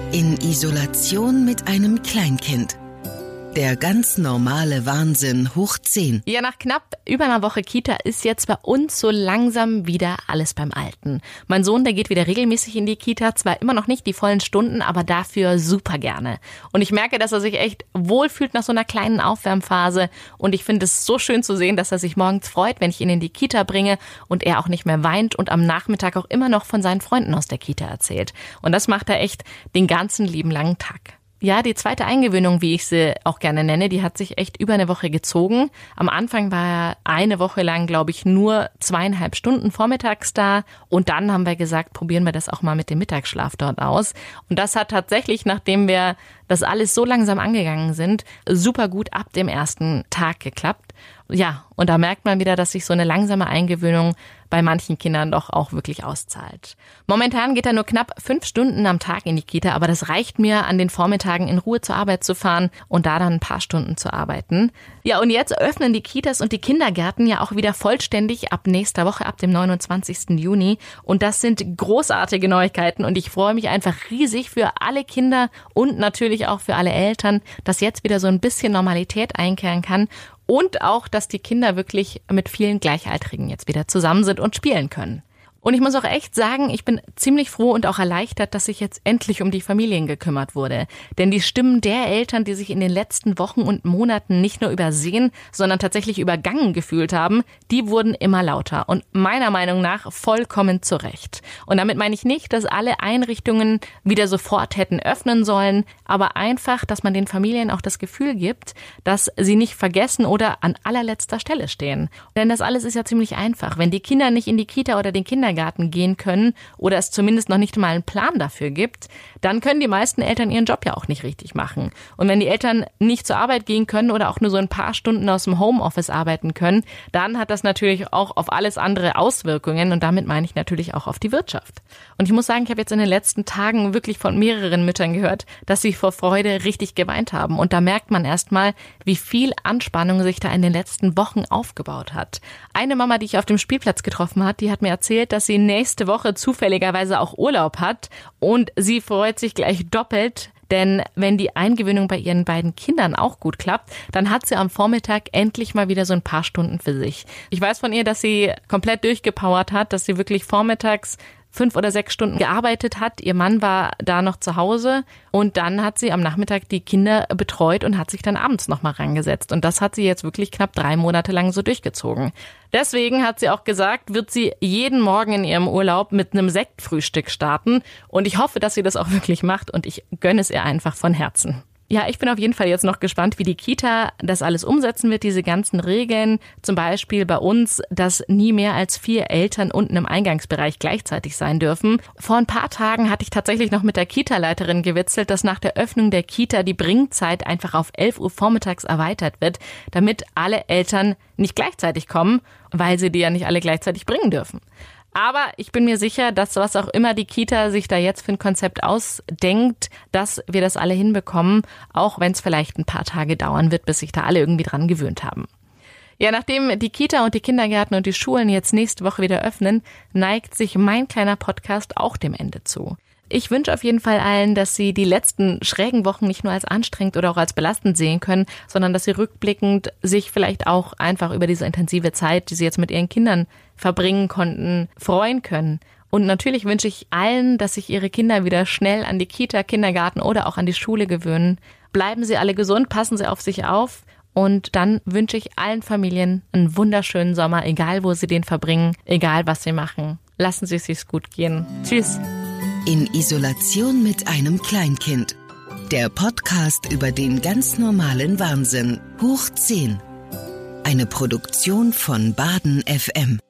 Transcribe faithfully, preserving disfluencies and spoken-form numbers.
In Isolation mit einem Kleinkind. Der ganz normale Wahnsinn hoch zehn. Ja, nach knapp über einer Woche Kita ist jetzt bei uns so langsam wieder alles beim Alten. Mein Sohn, der geht wieder regelmäßig in die Kita, zwar immer noch nicht die vollen Stunden, aber dafür super gerne. Und ich merke, dass er sich echt wohlfühlt nach so einer kleinen Aufwärmphase. Und ich finde es so schön zu sehen, dass er sich morgens freut, wenn ich ihn in die Kita bringe und er auch nicht mehr weint und am Nachmittag auch immer noch von seinen Freunden aus der Kita erzählt. Und das macht er echt den ganzen lieben langen Tag. Ja, die zweite Eingewöhnung, wie ich sie auch gerne nenne, die hat sich echt über eine Woche gezogen. Am Anfang war er eine Woche lang, glaube ich, nur zweieinhalb Stunden vormittags da. Und dann haben wir gesagt, probieren wir das auch mal mit dem Mittagsschlaf dort aus. Und das hat tatsächlich, nachdem wir das alles so langsam angegangen sind, super gut ab dem ersten Tag geklappt. Ja, und da merkt man wieder, dass sich so eine langsame Eingewöhnung bei manchen Kindern doch auch wirklich auszahlt. Momentan geht er nur knapp fünf Stunden am Tag in die Kita, aber das reicht mir, an den Vormittagen in Ruhe zur Arbeit zu fahren und da dann ein paar Stunden zu arbeiten. Ja, und jetzt öffnen die Kitas und die Kindergärten ja auch wieder vollständig ab nächster Woche, ab dem neunundzwanzigsten Juni. Und das sind großartige Neuigkeiten und ich freue mich einfach riesig für alle Kinder und natürlich auch für alle Eltern, dass jetzt wieder so ein bisschen Normalität einkehren kann. Und auch, dass die Kinder wirklich mit vielen Gleichaltrigen jetzt wieder zusammen sind und spielen können. Und ich muss auch echt sagen, ich bin ziemlich froh und auch erleichtert, dass sich jetzt endlich um die Familien gekümmert wurde. Denn die Stimmen der Eltern, die sich in den letzten Wochen und Monaten nicht nur übersehen, sondern tatsächlich übergangen gefühlt haben, die wurden immer lauter und meiner Meinung nach vollkommen zu Recht. Und damit meine ich nicht, dass alle Einrichtungen wieder sofort hätten öffnen sollen, aber einfach, dass man den Familien auch das Gefühl gibt, dass sie nicht vergessen oder an allerletzter Stelle stehen. Denn das alles ist ja ziemlich einfach. Wenn die Kinder nicht in die Kita oder den Kindergarten gehen können oder es zumindest noch nicht mal einen Plan dafür gibt, dann können die meisten Eltern ihren Job ja auch nicht richtig machen. Und wenn die Eltern nicht zur Arbeit gehen können oder auch nur so ein paar Stunden aus dem Homeoffice arbeiten können, dann hat das natürlich auch auf alles andere Auswirkungen und damit meine ich natürlich auch auf die Wirtschaft. Und ich muss sagen, ich habe jetzt in den letzten Tagen wirklich von mehreren Müttern gehört, dass sie vor Freude richtig geweint haben. Und da merkt man erstmal, wie viel Anspannung sich da in den letzten Wochen aufgebaut hat. Eine Mama, die ich auf dem Spielplatz getroffen hat, die hat mir erzählt, dass sie nächste Woche zufälligerweise auch Urlaub hat und sie freut sich gleich doppelt, denn wenn die Eingewöhnung bei ihren beiden Kindern auch gut klappt, dann hat sie am Vormittag endlich mal wieder so ein paar Stunden für sich. Ich weiß von ihr, dass sie komplett durchgepowert hat, dass sie wirklich vormittags fünf oder sechs Stunden gearbeitet hat. Ihr Mann war da noch zu Hause und dann hat sie am Nachmittag die Kinder betreut und hat sich dann abends nochmal rangesetzt. Und das hat sie jetzt wirklich knapp drei Monate lang so durchgezogen. Deswegen hat sie auch gesagt, wird sie jeden Morgen in ihrem Urlaub mit einem Sektfrühstück starten. Und ich hoffe, dass sie das auch wirklich macht und ich gönne es ihr einfach von Herzen. Ja, ich bin auf jeden Fall jetzt noch gespannt, wie die Kita das alles umsetzen wird, diese ganzen Regeln. Zum Beispiel bei uns, dass nie mehr als vier Eltern unten im Eingangsbereich gleichzeitig sein dürfen. Vor ein paar Tagen hatte ich tatsächlich noch mit der Kita-Leiterin gewitzelt, dass nach der Öffnung der Kita die Bringzeit einfach auf elf Uhr vormittags erweitert wird, damit alle Eltern nicht gleichzeitig kommen, weil sie die ja nicht alle gleichzeitig bringen dürfen. Aber ich bin mir sicher, dass was auch immer die Kita sich da jetzt für ein Konzept ausdenkt, dass wir das alle hinbekommen, auch wenn es vielleicht ein paar Tage dauern wird, bis sich da alle irgendwie dran gewöhnt haben. Ja, nachdem die Kita und die Kindergärten und die Schulen jetzt nächste Woche wieder öffnen, neigt sich mein kleiner Podcast auch dem Ende zu. Ich wünsche auf jeden Fall allen, dass sie die letzten schrägen Wochen nicht nur als anstrengend oder auch als belastend sehen können, sondern dass sie rückblickend sich vielleicht auch einfach über diese intensive Zeit, die sie jetzt mit ihren Kindern verbringen konnten, freuen können. Und natürlich wünsche ich allen, dass sich ihre Kinder wieder schnell an die Kita, Kindergarten oder auch an die Schule gewöhnen. Bleiben sie alle gesund, passen sie auf sich auf. Und dann wünsche ich allen Familien einen wunderschönen Sommer, egal wo sie den verbringen, egal was sie machen. Lassen Sie es sich gut gehen. Tschüss. In Isolation mit einem Kleinkind. Der Podcast über den ganz normalen Wahnsinn. Hoch zehn. Eine Produktion von Baden F M.